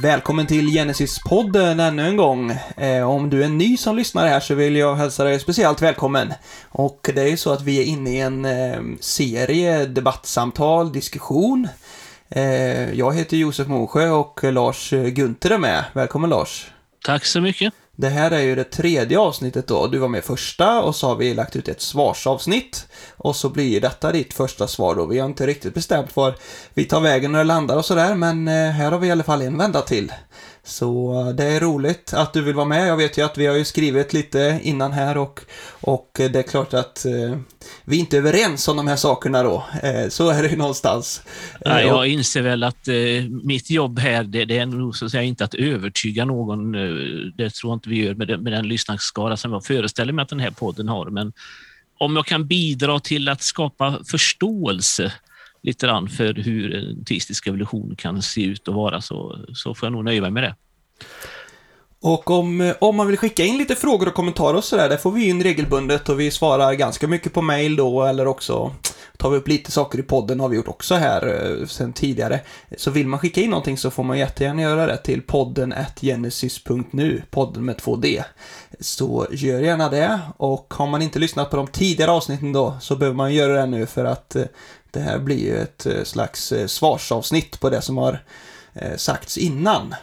Välkommen till Genesis-podden ännu en gång. Om du är ny som lyssnar här så vill jag hälsa dig speciellt välkommen. Och det är ju så att vi är inne i en serie, debattsamtal, diskussion. Jag heter Josef Mosjö och Lars Gunther är med. Välkommen Lars. Tack så mycket. Det här är ju det 3:e avsnittet då. Du var med första och så har vi lagt ut ett svarsavsnitt. Och så blir detta ditt första svar då. Vi har inte riktigt bestämt var vi tar vägen när det landar och sådär. Men här har vi i alla fall en vända till. Så det är roligt att du vill vara med. Jag vet ju att vi har ju skrivit lite innan här och det är klart att vi inte är överens om de här sakerna då. Så är det ju någonstans. Ja, jag inser väl att mitt jobb här, det är nog så att säga inte att övertyga någon. Det tror jag inte vi gör med den lyssnarskara som jag föreställer mig att den här podden har. Men om jag kan bidra till att skapa förståelse lite grann för hur en teistisk evolution kan se ut och vara så får jag nog nöja mig med det. Och om man vill skicka in lite frågor och kommentarer och sådär, det får vi in regelbundet och vi svarar ganska mycket på mail då, eller också tar vi upp lite saker i podden, har vi gjort också här sen tidigare. Så vill man skicka in någonting så får man jättegärna göra det till podden@genesis.nu, podden med 2D. Så gör gärna det, och har man inte lyssnat på de tidigare avsnitten då så behöver man göra det nu, för att det här blir ju ett slags svarsavsnitt på det som har sagts innan.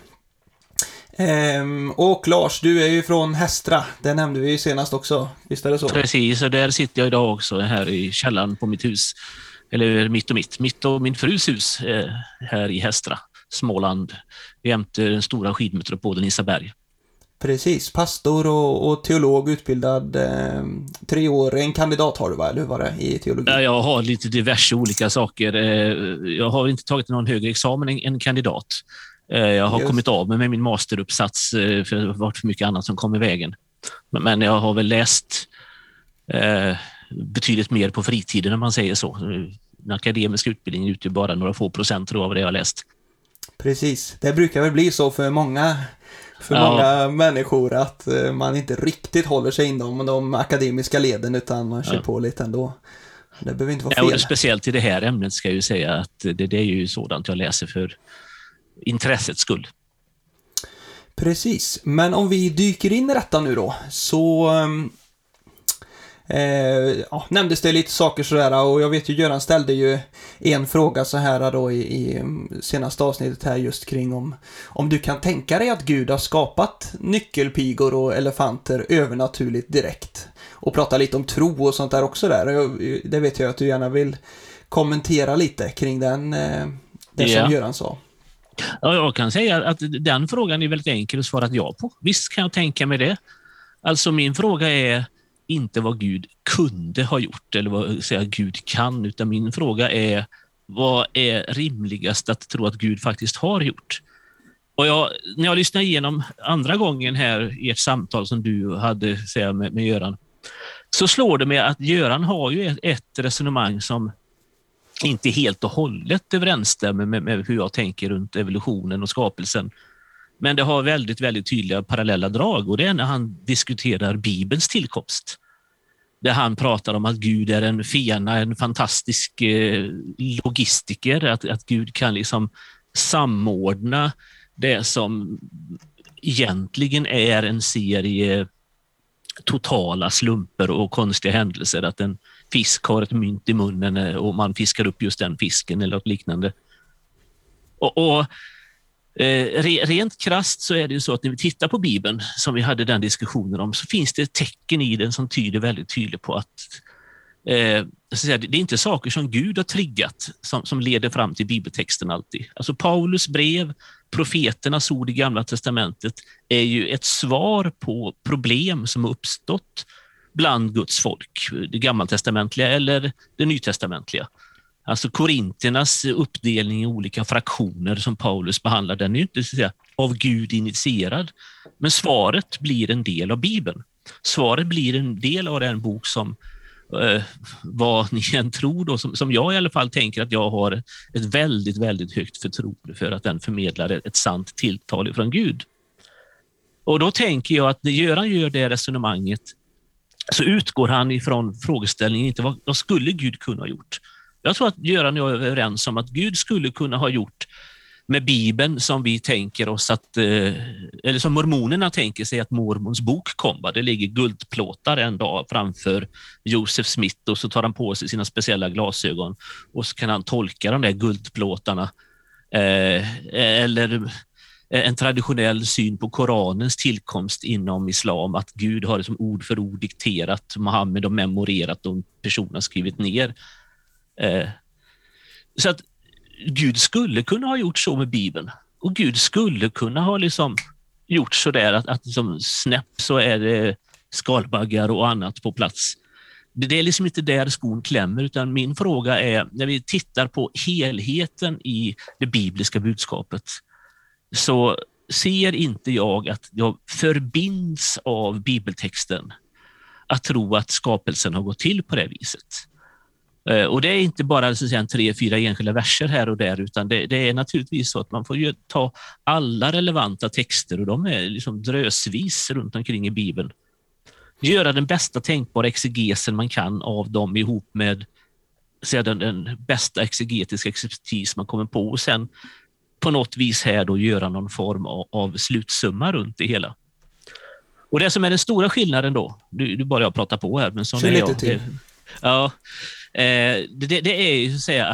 Och Lars, du är ju från Hästra, det nämnde vi ju senast också, visst är det så? Precis, och där sitter jag idag också här i källaren på mitt hus, eller mitt och min frus hus här i Hästra, Småland, jämte den stora skidmetropolen Isaberg. Precis, pastor och teolog, utbildad 3 år, en kandidat har du va, eller hur var det i teologi? Ja, jag har lite diverse olika saker, jag har inte tagit någon högre examen än kandidat. Jag har kommit av med min masteruppsats för det har varit för mycket annat som kom i vägen. Men jag har väl läst betydligt mer på fritiden, om man säger så. Den akademiska utbildningen utgör bara några få procent av det jag har läst. Precis, det brukar väl bli så för många människor att man inte riktigt håller sig inom de akademiska leden utan man kör på lite ändå. Det behöver inte vara fel. Och speciellt i det här ämnet ska jag ju säga att det är ju sådant jag läser för intressets skull. Precis, men om vi dyker in i detta nu då, så nämndes det lite saker sådär, och jag vet ju Göran ställde ju en fråga så här då i senaste avsnittet här just kring om du kan tänka dig att Gud har skapat nyckelpigor och elefanter övernaturligt direkt, och prata lite om tro och sånt där också där. Det vet jag att du gärna vill kommentera lite kring det som Göran sa. Ja, jag kan säga att den frågan är väldigt enkel att svara ja på. Visst kan jag tänka mig det. Alltså min fråga är inte vad Gud kunde ha gjort eller vad Gud kan, utan min fråga är vad är rimligast att tro att Gud faktiskt har gjort. Och när jag lyssnade igenom andra gången här i ett samtal som du hade med Göran, så slår det mig att Göran har ju ett resonemang som inte helt och hållet överensstämmer med hur jag tänker runt evolutionen och skapelsen. Men det har väldigt, väldigt tydliga parallella drag, och det är när han diskuterar Bibelns tillkomst. Där han pratar om att Gud är en fantastisk logistiker, att Gud kan liksom samordna det som egentligen är en serie totala slumper och konstiga händelser, att en fisk har ett mynt i munnen och man fiskar upp just den fisken eller något liknande. Rent krasst så är det ju så att när vi tittar på Bibeln, som vi hade den diskussionen om, så finns det tecken i den som tyder väldigt tydligt på att det är inte saker som Gud har triggat som leder fram till bibeltexten alltid. Alltså Paulus brev, profeternas ord i Gamla testamentet är ju ett svar på problem som har uppstått bland Guds folk, det gammaltestamentliga eller det nytestamentliga. Alltså korinternas uppdelning i olika fraktioner som Paulus behandlar, den är ju inte så att säga av Gud initierad, men svaret blir en del av Bibeln. Svaret blir en del av den bok som vad ni än tror då, som jag i alla fall tänker att jag har ett väldigt, väldigt högt förtroende för att den förmedlar ett sant tilltal från Gud. Och då tänker jag att när Göran gör det resonemanget så utgår han ifrån frågeställningen inte vad skulle Gud kunna ha gjort. Jag tror att Göran och jag är överens om att Gud skulle kunna ha gjort med Bibeln som vi tänker oss att, eller som mormonerna tänker sig att mormons bok kom. Det ligger guldplåtar en dag framför Joseph Smith och så tar han på sig sina speciella glasögon och så kan han tolka de där guldplåtarna. Eller en traditionell syn på Koranens tillkomst inom islam, att Gud har det som ord för ord dikterat, Muhammed har memorerat och personen har skrivit ner. Så att Gud skulle kunna ha gjort så med Bibeln, och Gud skulle kunna ha liksom gjort så där att liksom snäpp så är det skalbaggar och annat på plats. Det är liksom inte där skon klämmer, utan min fråga är, när vi tittar på helheten i det bibliska budskapet, så ser inte jag att jag förbinds av bibeltexten att tro att skapelsen har gått till på det viset. Och det är inte bara så att säga 3-4 enskilda verser här och där, utan det är naturligtvis så att man får ju ta alla relevanta texter, och de är liksom drösvis runt omkring i Bibeln. Göra den bästa tänkbara exegesen man kan av dem ihop med den bästa exegetiska expertis man kommer på, och sen på något vis här då göra någon form av slutsumma runt det hela. Och det som är den stora skillnaden då, du bara jag pratar på här, men så är jag. Det är ju så att säga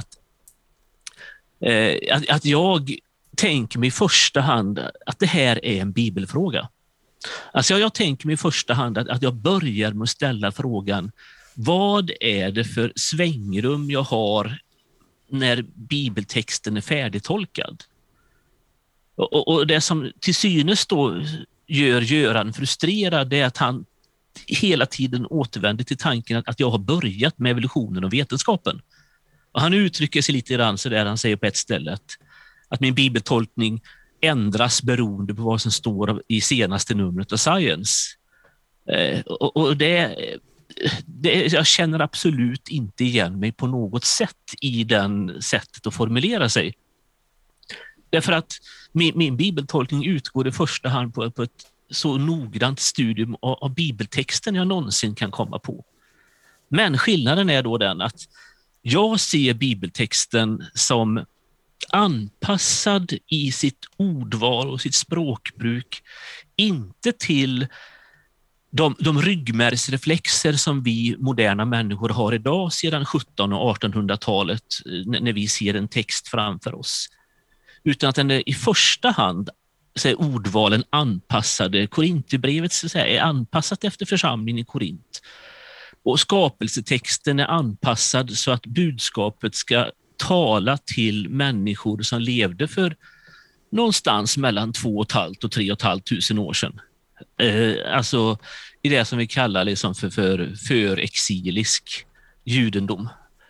att jag tänker mig i första hand att det här är en bibelfråga. Alltså jag tänker mig i första hand att jag börjar med att ställa frågan: vad är det för svängrum jag har när bibeltexten är färdigtolkad? Och det som till synes då gör Göran frustrerad är att han hela tiden återvänder till tanken att jag har börjat med evolutionen och vetenskapen. Och han uttrycker sig lite grann så där, han säger på ett ställe att min bibeltolkning ändras beroende på vad som står i senaste numret av Science. Och jag känner absolut inte igen mig på något sätt i den sättet att formulera sig. Därför att min bibeltolkning utgår i första hand på ett så noggrant studium av bibeltexten jag någonsin kan komma på. Men skillnaden är då den att jag ser bibeltexten som anpassad i sitt ordval och sitt språkbruk, inte till de ryggmärgsreflexer som vi moderna människor har idag sedan 1700- och 1800-talet när vi ser en text framför oss. Utan att den är i första hand så är ordvalen anpassade. Korinthierbrevet så är anpassat efter församlingen i Korint. Och skapelsetexten är anpassad så att budskapet ska tala till människor som levde för någonstans mellan 2 500 och 3 500 år sedan. Alltså i det som vi kallar liksom för exilisk judendom.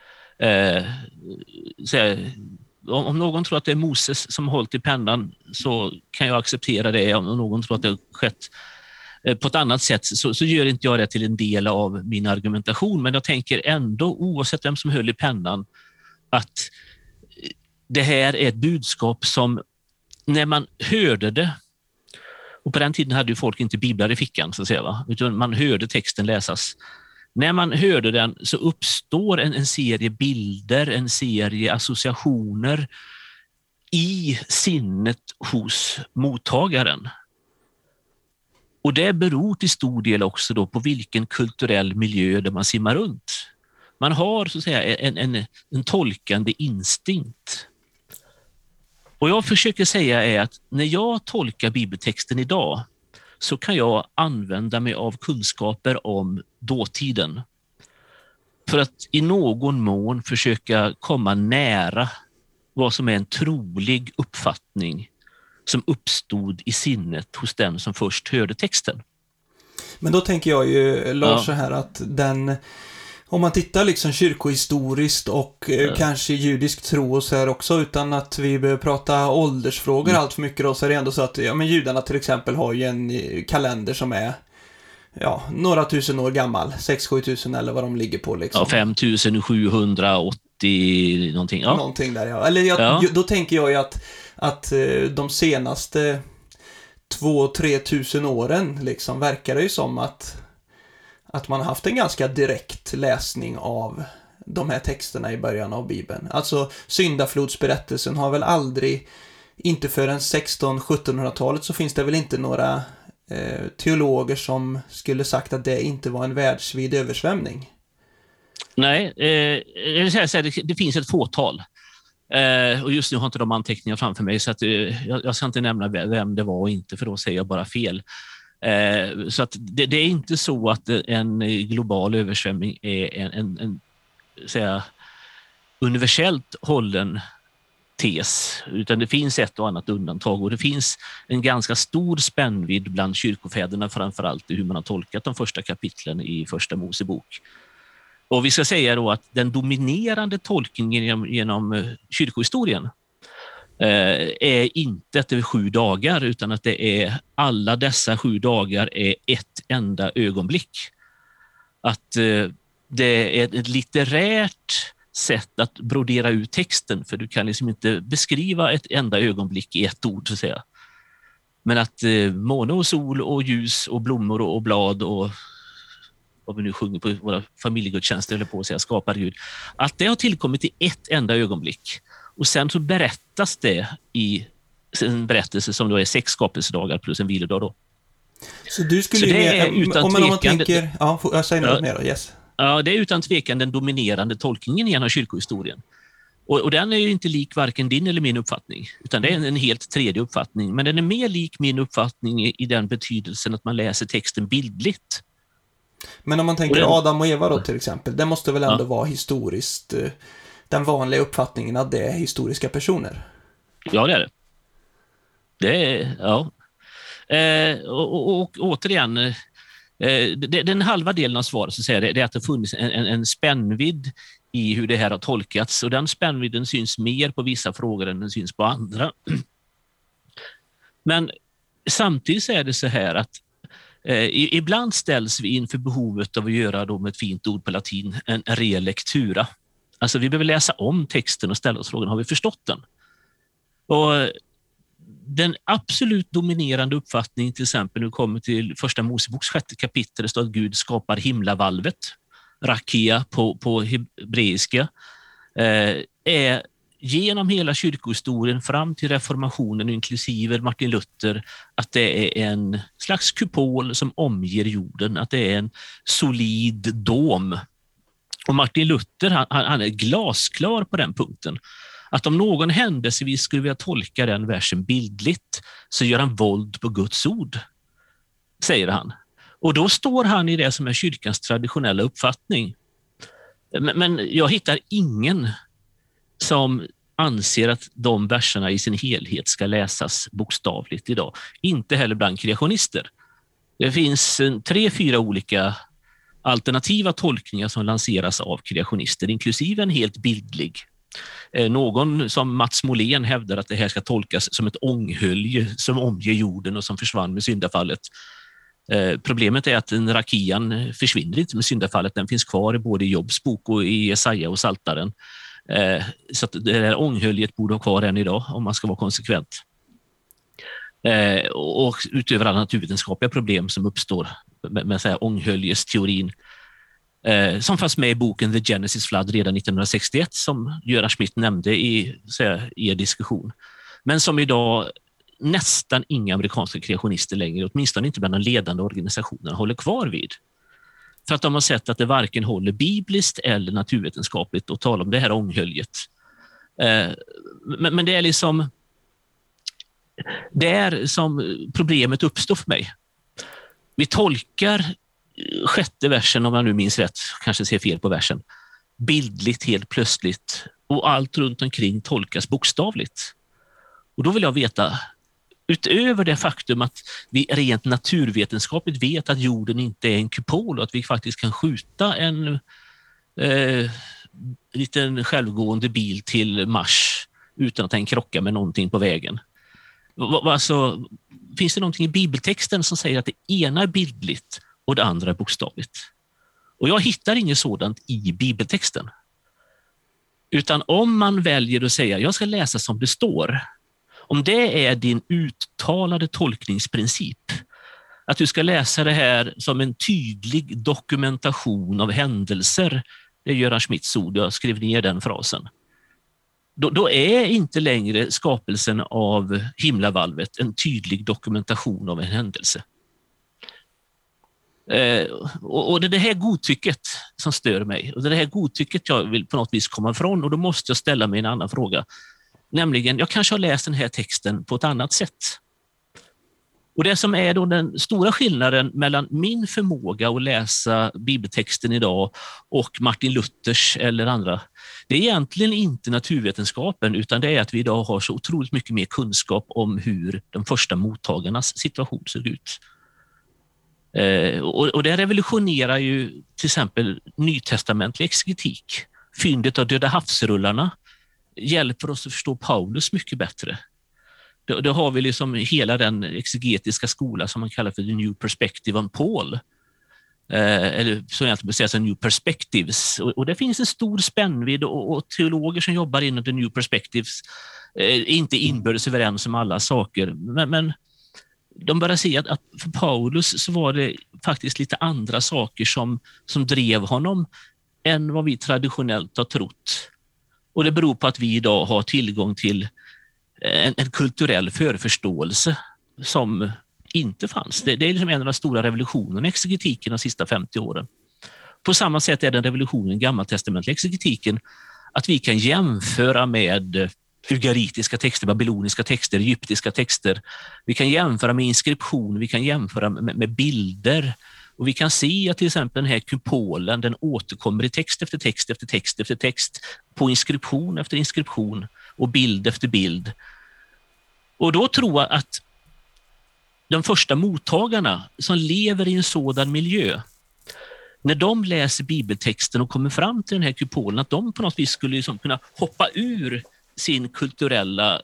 Om någon tror att det är Moses som hållit i pennan, så kan jag acceptera det. Om någon tror att det har skett på ett annat sätt, så gör inte jag det till en del av min argumentation. Men jag tänker ändå, oavsett vem som höll i pennan, att det här är ett budskap som, när man hörde det, och på den tiden hade ju folk inte biblar i fickan så att säga, va? Utan man hörde texten läsas. När man hörde den så uppstår en serie bilder, en serie associationer i sinnet hos mottagaren. Och det beror till stor del också då på vilken kulturell miljö där man simmar runt. Man har så att säga en tolkande instinkt. Och jag försöker säga är att när jag tolkar bibeltexten idag, så kan jag använda mig av kunskaper om dåtiden för att i någon mån försöka komma nära vad som är en trolig uppfattning som uppstod i sinnet hos den som först hörde texten. Men då tänker jag ju, Lars, så här att om man tittar liksom kyrkohistoriskt och kanske judisk tro och så här också, utan att vi behöver prata åldersfrågor allt för mycket då, så är det ändå så att judarna till exempel har ju en kalender som är några tusen år gammal, 6-7 tusen eller vad de ligger på liksom. Ja, 5780 någonting. Ja. Någonting där, ja. Eller då tänker jag ju att de senaste 2-3 tusen åren liksom verkar det ju som att man har haft en ganska direkt läsning av de här texterna i början av Bibeln. Alltså syndaflodsberättelsen har väl aldrig inte förrän 1600-1700-talet så finns det väl inte några teologer som skulle sagt att det inte var en världsvid översvämning. Nej, det finns ett fåtal. Och just nu har inte de anteckningar framför mig, så att jag ska inte nämna vem det var och inte, för då säger jag bara fel. Så att det är inte så att en global översvämning är en universellt hållen tes, utan det finns ett och annat undantag, och det finns en ganska stor spännvidd bland kyrkofäderna, framförallt i hur man har tolkat de första kapitlen i Första Mosebok. Och vi ska säga då att den dominerande tolkningen genom kyrkohistorien är inte att det är 7 dagar, utan att det är alla dessa 7 dagar är ett enda ögonblick. Att det är ett litterärt sätt att brodera ut texten, för du kan liksom inte beskriva ett enda ögonblick i ett ord, så att säga. Men att måne och sol och ljus och blommor och blad och vad vi nu sjunger på våra familjegudstjänster eller på att säga skapar Gud, att det har tillkommit i ett enda ögonblick. Och sen så berättas det i en berättelse som då är 6 skapelsedagar plus en vilodag då. Så du skulle så det är utan om man tvekan, tänker, ja, jag säger något mer då, yes. Ja, det är utan tvekan den dominerande tolkningen genom kyrkohistorien. Och den är ju inte lik varken din eller min uppfattning, utan det är en helt tredje uppfattning. Men den är mer lik min uppfattning i den betydelsen att man läser texten bildligt. Men om man tänker Adam och Eva då till exempel, det måste väl ändå vara historiskt, den vanliga uppfattningen att det är historiska personer? Ja, det är det. Det är, ja. Och återigen, den halva delen av svaret så säger det är att det funnits en spännvidd i hur det här har tolkats, och den spännvidden syns mer på vissa frågor än den syns på andra. Men samtidigt så är det så här att ibland ställs vi inför behovet av att göra då med ett fint ord på latin en reell lektura. Alltså vi behöver läsa om texten och ställa oss frågan, har vi förstått den? Och den absolut dominerande uppfattningen, till exempel nu kommer till Första Moseboks 6:e kapitel, det står att Gud skapar himlavalvet, rakia på hebreiska, är genom hela kyrkohistorien fram till reformationen inklusive Martin Luther att det är en slags kupol som omger jorden, att det är en solid dom. Och Martin Luther han är glasklar på den punkten. Att om någon händelsevis skulle vilja tolka den versen bildligt så gör han våld på Guds ord, säger han. Och då står han i det som är kyrkans traditionella uppfattning. Men jag hittar ingen som anser att de verserna i sin helhet ska läsas bokstavligt idag. Inte heller bland kreationister. Det finns 3-4 olika alternativa tolkningar som lanseras av kreationister, inklusive en helt bildlig. Någon som Mats Molén hävdar att det här ska tolkas som ett ånghölje som omger jorden och som försvann med syndafallet. Problemet är att den rakian försvinner inte med syndafallet. Den finns kvar både i Jobs bok och i Jesaja och Saltaren. Så att det där ånghöljet borde ha kvar än idag om man ska vara konsekvent. Och utöver alla naturvetenskapliga problem som uppstår med så här ånghyljesteorin som fanns med i boken The Genesis Flood redan 1961 som Göran Schmidt nämnde i er diskussion. Men som idag nästan inga amerikanska kreationister längre, åtminstone inte bland de ledande organisationerna, håller kvar vid. För att de har sett att det varken håller bibliskt eller naturvetenskapligt att tala om det här ånghöljet. Men det är liksom där som problemet uppstår för mig. Vi tolkar 6:e versen, om jag nu minns rätt, kanske ser fel på versen, bildligt helt plötsligt, och allt runt omkring tolkas bokstavligt. Och då vill jag veta, utöver det faktum att vi rent naturvetenskapligt vet att jorden inte är en kupol och att vi faktiskt kan skjuta en liten självgående bil till Mars utan att den krockar med någonting på vägen. Alltså, finns det någonting i bibeltexten som säger att det ena är bildligt och det andra är bokstavligt? Och jag hittar inget sådant i bibeltexten. Utan om man väljer att säga jag ska läsa som det står, om det är din uttalade tolkningsprincip, att du ska läsa det här som en tydlig dokumentation av händelser, det är Göran Schmidts ord, jag skrev ner den frasen. då är inte längre skapelsen av himlavalvet en tydlig dokumentation av en händelse. Och det är det här godtycket som stör mig. Och det är det här godtycket jag vill på något vis komma ifrån. Och då måste jag ställa mig en annan fråga. Nämligen, jag kanske har läst den här texten på ett annat sätt. Och det som är då den stora skillnaden mellan min förmåga att läsa bibeltexten idag och Martin Luthers eller andra, det är egentligen inte naturvetenskapen, utan det är att vi idag har så otroligt mycket mer kunskap om hur de första mottagarnas situation ser ut. Och det revolutionerar ju till exempel nytestamentlig exegetik. Fyndet av Döda havsrullarna hjälper oss att förstå Paulus mycket bättre. Då har vi liksom hela den exegetiska skola som man kallar för the new perspective on Paul. Eller som egentligen sägs new perspectives. Och det finns en stor spännvidd och teologer som jobbar inom the new perspectives är inte inbördes överens om alla saker. Men de börjar se att för Paulus så var det faktiskt lite andra saker som drev honom än vad vi traditionellt har trott. Och det beror på att vi idag har tillgång till en kulturell förförståelse som inte fanns. Det är liksom en av de stora revolutionerna i exegetiken de sista 50 åren. På samma sätt är den revolutionen i gammaltestamentliga exegetiken att vi kan jämföra med ugaritiska texter, babyloniska texter, egyptiska texter. Vi kan jämföra med inskription, vi kan jämföra med bilder. Och vi kan se att till exempel den här kupolen, den återkommer i text efter text efter text efter text, på inskription efter inskription och bild efter bild. Och då tror jag att de första mottagarna som lever i en sådan miljö, när de läser bibeltexten och kommer fram till den här kupolen, att de på något vis skulle liksom kunna hoppa ur sin kulturella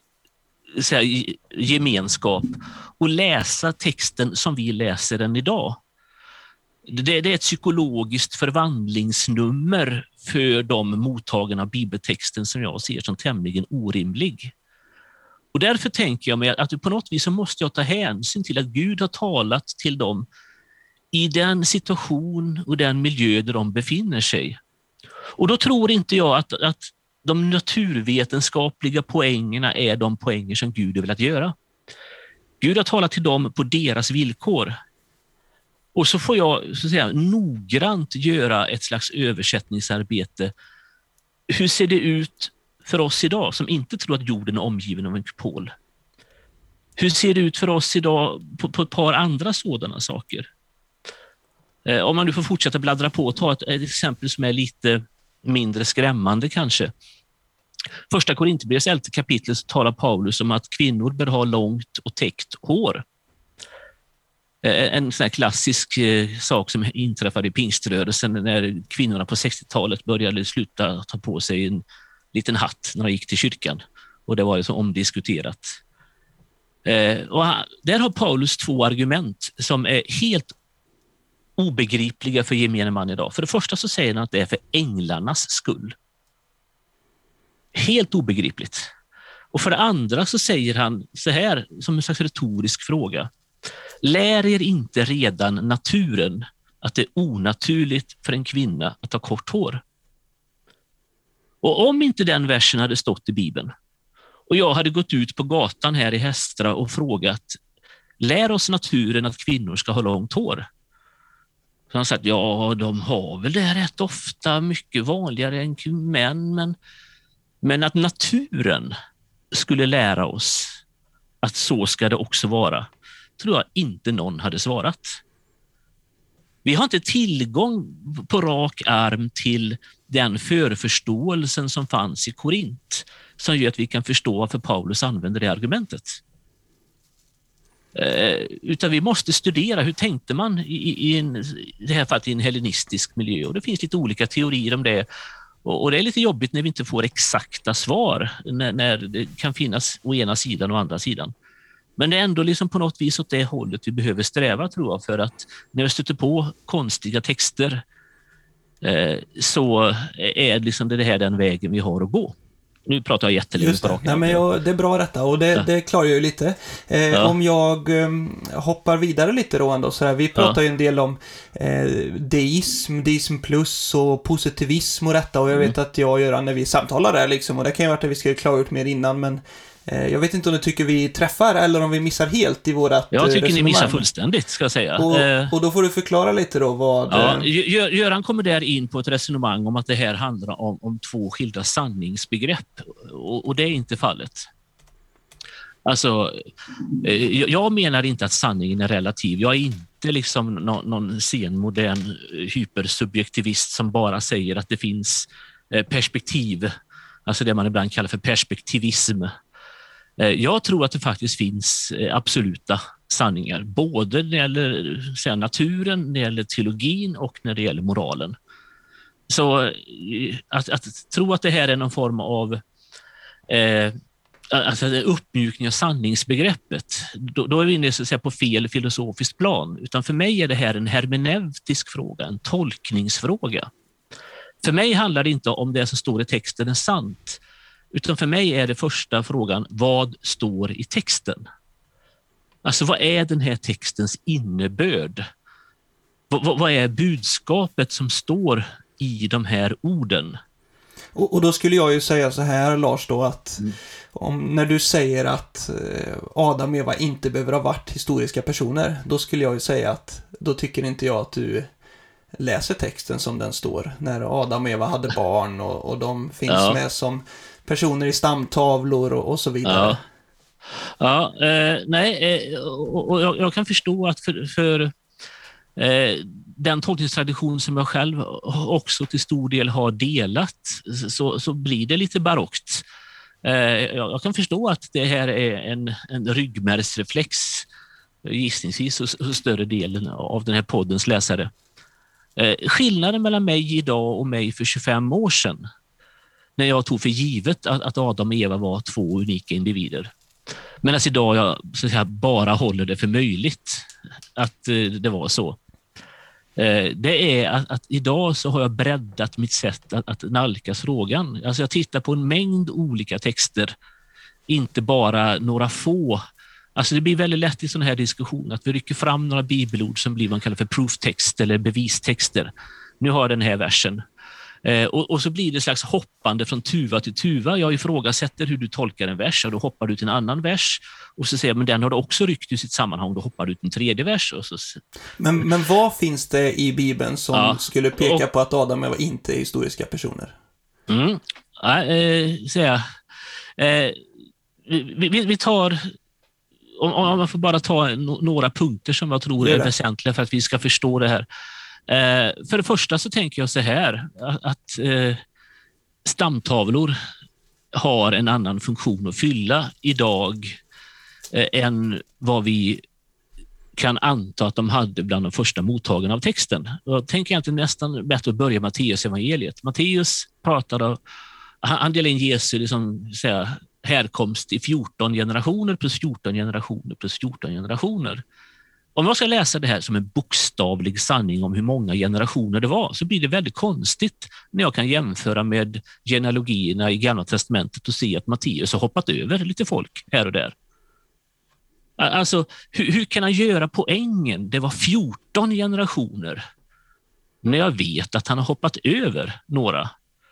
gemenskap och läsa texten som vi läser den idag. Det är ett psykologiskt förvandlingsnummer för de mottagarna av bibeltexten som jag ser som tämligen orimlig. Och därför tänker jag mig att på något vis så måste jag ta hänsyn till att Gud har talat till dem i den situation och den miljö där de befinner sig. Och då tror inte jag att de naturvetenskapliga poängerna är de poänger som Gud har velat göra. Gud har talat till dem på deras villkor. Och så får jag så att säga, noggrant göra ett slags översättningsarbete. Hur ser det ut för oss idag som inte tror att jorden är omgiven av en kupol? Hur ser det ut för oss idag på ett par andra sådana saker? Om man nu får fortsätta bläddra på och ta ett exempel som är lite mindre skrämmande kanske. Första Korinthierbrevets 11 kapitel så talar Paulus om att kvinnor bör ha långt och täckt hår. En sån här klassisk sak som inträffade i pingströrelsen när kvinnorna på 60-talet började sluta ta på sig en liten hatt när de gick till kyrkan. Och det var ju så omdiskuterat. Och där har Paulus två argument som är helt obegripliga för gemene man idag. För det första så säger han att det är för änglarnas skull. Helt obegripligt. Och för det andra så säger han så här som en slags retorisk fråga. Lär er inte redan naturen att det är onaturligt för en kvinna att ha kort hår? Och om inte den versen hade stått i Bibeln och jag hade gått ut på gatan här i Hästra och frågat, lär oss naturen att kvinnor ska ha långt hår? Så han sagt, ja, de har väl det rätt ofta, mycket vanligare än män, men att naturen skulle lära oss att så ska det också vara, tror jag inte någon hade svarat. Vi har inte tillgång på rak arm till den förförståelsen som fanns i Korint som gör att vi kan förstå varför Paulus använder det argumentet. Utan vi måste studera hur tänkte man i det här fallet i en hellenistisk miljö. Och det finns lite olika teorier om det. Och det är lite jobbigt när vi inte får exakta svar när det kan finnas å ena sidan och andra sidan. Men det är ändå liksom på något vis åt det hållet vi behöver sträva, tror jag, för att när vi stöter på konstiga texter så är liksom det här den vägen vi har att gå. Nu pratar jag jättelänge på Nej, men det är bra detta och det klarar jag ju lite. Om jag hoppar vidare lite då ändå, så här, vi pratar ju en del om deism plus och positivism och detta, och jag vet att jag och Göran när vi samtalar där liksom, och det kan ju vara att vi ska klara ut mer innan, men jag vet inte om du tycker vi träffar eller om vi missar helt i vårat Jag tycker resonemang. Ni missar fullständigt, ska jag säga. Och då får du förklara lite då vad... Göran kommer där in på ett resonemang om att det här handlar om två skilda sanningsbegrepp, och det är inte fallet. Alltså, jag menar inte att sanningen är relativ. Jag är inte liksom någon senmodern hypersubjektivist som bara säger att det finns perspektiv, alltså det man ibland kallar för perspektivism. Jag tror att det faktiskt finns absoluta sanningar, både när det gäller naturen, när det gäller teologin och när det gäller moralen. Så att tro att det här är någon form av alltså uppmjukning av sanningsbegreppet, då är vi inne så att säga på fel filosofisk plan. Utan för mig är det här en hermeneutisk fråga, en tolkningsfråga. För mig handlar det inte om det som står i texten är sant, utan för mig är det första frågan, vad står i texten? Alltså vad är den här textens innebörd? Vad är budskapet som står i de här orden? Och då skulle jag ju säga så här, Lars, då att när du säger att Adam och Eva inte behöver ha varit historiska personer, då skulle jag ju säga att då tycker inte jag att du läser texten som den står. När Adam och Eva hade barn och de finns med som personer i stamtavlor och så vidare. Och jag kan förstå att för den tolkningstradition som jag själv också till stor del har delat, så blir det lite barockt. Jag kan förstå att det här är en ryggmärgsreflex, gissningsvis hos större delen av den här poddens läsare. Skillnaden mellan mig idag och mig för 25 år sedan, när jag tog för givet att Adam och Eva var två unika individer, men alltså idag jag så att säga, bara håller det för möjligt att det var så. Det är att idag så har jag breddat mitt sätt att nalkas frågan. Alltså jag tittar på en mängd olika texter, inte bara några få. Alltså det blir väldigt lätt i sån här diskussion att vi rycker fram några bibelord som blir vad man kallar för proof-text eller bevistexter. Nu har jag den här versen. Och så blir det ett slags hoppande från tuva till tuva. Jag ifrågasätter hur du tolkar en vers, och då hoppar du till en annan vers. Och så säger jag, men den har du också ryckt ur sitt sammanhang, då hoppar du till en tredje vers. Och så... Men vad finns det i Bibeln som skulle peka på att Adam och Eva inte är historiska personer? Vi tar... Om man får bara ta några punkter som jag tror är väsentliga för att vi ska förstå det här. För det första så tänker jag så här, att stamtavlor har en annan funktion att fylla idag än vad vi kan anta att de hade bland de första mottagarna av texten. Jag tänker egentligen nästan bättre att börja med Matteus evangeliet. Matteus pratade, han delade in Jesu liksom, säga, härkomst i 14 generationer plus 14 generationer plus 14 generationer. Om jag ska läsa det här som en bokstavlig sanning om hur många generationer det var, så blir det väldigt konstigt när jag kan jämföra med genealogierna i Gamla testamentet och se att Matteus har hoppat över lite folk här och där. Alltså, hur kan han göra poängen? Det var 14 generationer när jag vet att han har hoppat över några.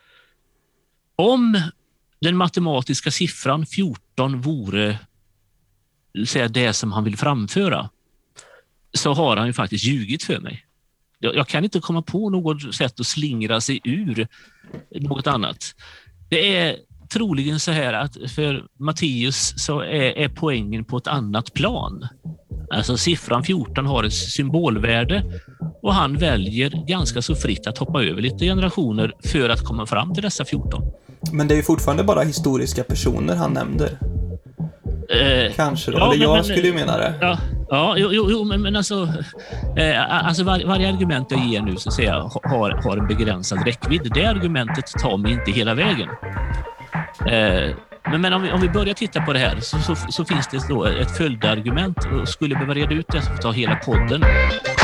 Om den matematiska siffran 14 vore det som han vill framföra, så har han ju faktiskt ljugit för mig. Jag kan inte komma på något sätt att slingra sig ur något annat. Det är troligen så här att för Matteus så är poängen på ett annat plan. Alltså siffran 14 har ett symbolvärde, och han väljer ganska så fritt att hoppa över lite generationer för att komma fram till dessa 14. Men det är ju fortfarande bara historiska personer han nämnde. Kanske då, eller jag skulle ju mena det. Men alltså varje argument jag ger nu så säger jag har en begränsad räckvidd. Det argumentet tar mig inte hela vägen. Men om vi börjar titta på det här så finns det då ett följargument, och skulle behöva reda ut det så får ta hela podden.